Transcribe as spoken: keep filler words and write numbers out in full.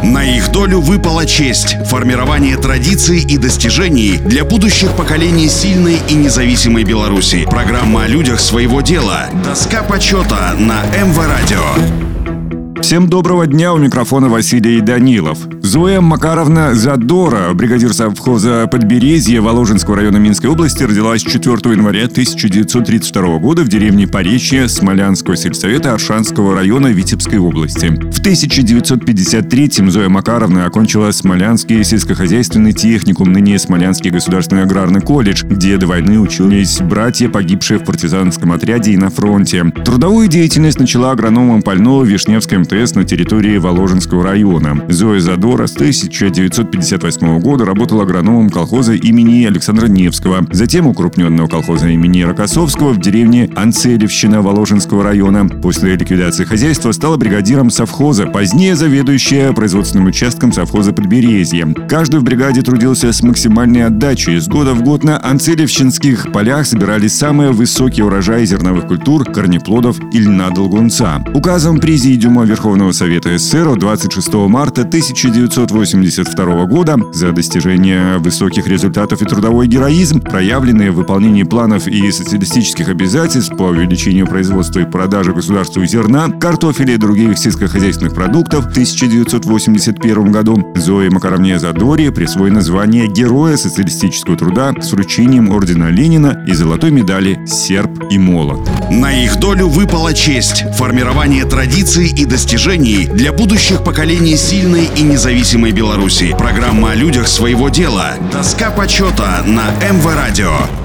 На их долю выпала честь – формирование традиций и достижений для будущих поколений сильной и независимой Беларуси. Программа о людях своего дела. Доска почета на эм вэ радио. Всем доброго дня, у микрофона Василий Данилов. Зоя Макаровна Задора, бригадир совхоза Подберезье Воложенского района Минской области, родилась четвёртого января тысяча девятьсот тридцать второго года в деревне Поречье Смолянского сельсовета Аршанского района Витебской области. В тысяча девятьсот пятьдесят третьем Зоя Макаровна окончила Смолянский сельскохозяйственный техникум, ныне Смолянский государственный аграрный колледж, где до войны учились братья, погибшие в партизанском отряде и на фронте. Трудовую деятельность начала агрономом Пального Вишневской эм тэ эс на территории Воложенского района. Зоя Задора с тысяча девятьсот пятьдесят восьмого года работала агрономом колхоза имени Александра Невского, затем укрупненного колхоза имени Рокоссовского в деревне Анцелевщина Воложенского района. После ликвидации хозяйства стала бригадиром совхоза, позднее заведующая производственным участком совхоза Подберезье. Каждый в бригаде трудился с максимальной отдачей. С года в год на анцелевщинских полях собирались самые высокие урожаи зерновых культур, корнеплодов и льна долгунца. Указом Президиума Верховного Совета эс эс эс эр от двадцать шестого марта тысяча девятьсот восемьдесят второго года за достижение высоких результатов и трудовой героизм, проявленные в выполнении планов и социалистических обязательств по увеличению производства и продажи государству зерна, картофеля и других сельскохозяйственных продуктов, в тысяча девятьсот восемьдесят первом году Зое Макаровне Задоре присвоено звание Героя социалистического труда с вручением ордена Ленина и золотой медали «Серп и молот». На их долю выпала честь – формирование традиций и достижений для будущих поколений сильной и независимой Беларуси. Программа о людях своего дела. Доска почета на эм вэ радио.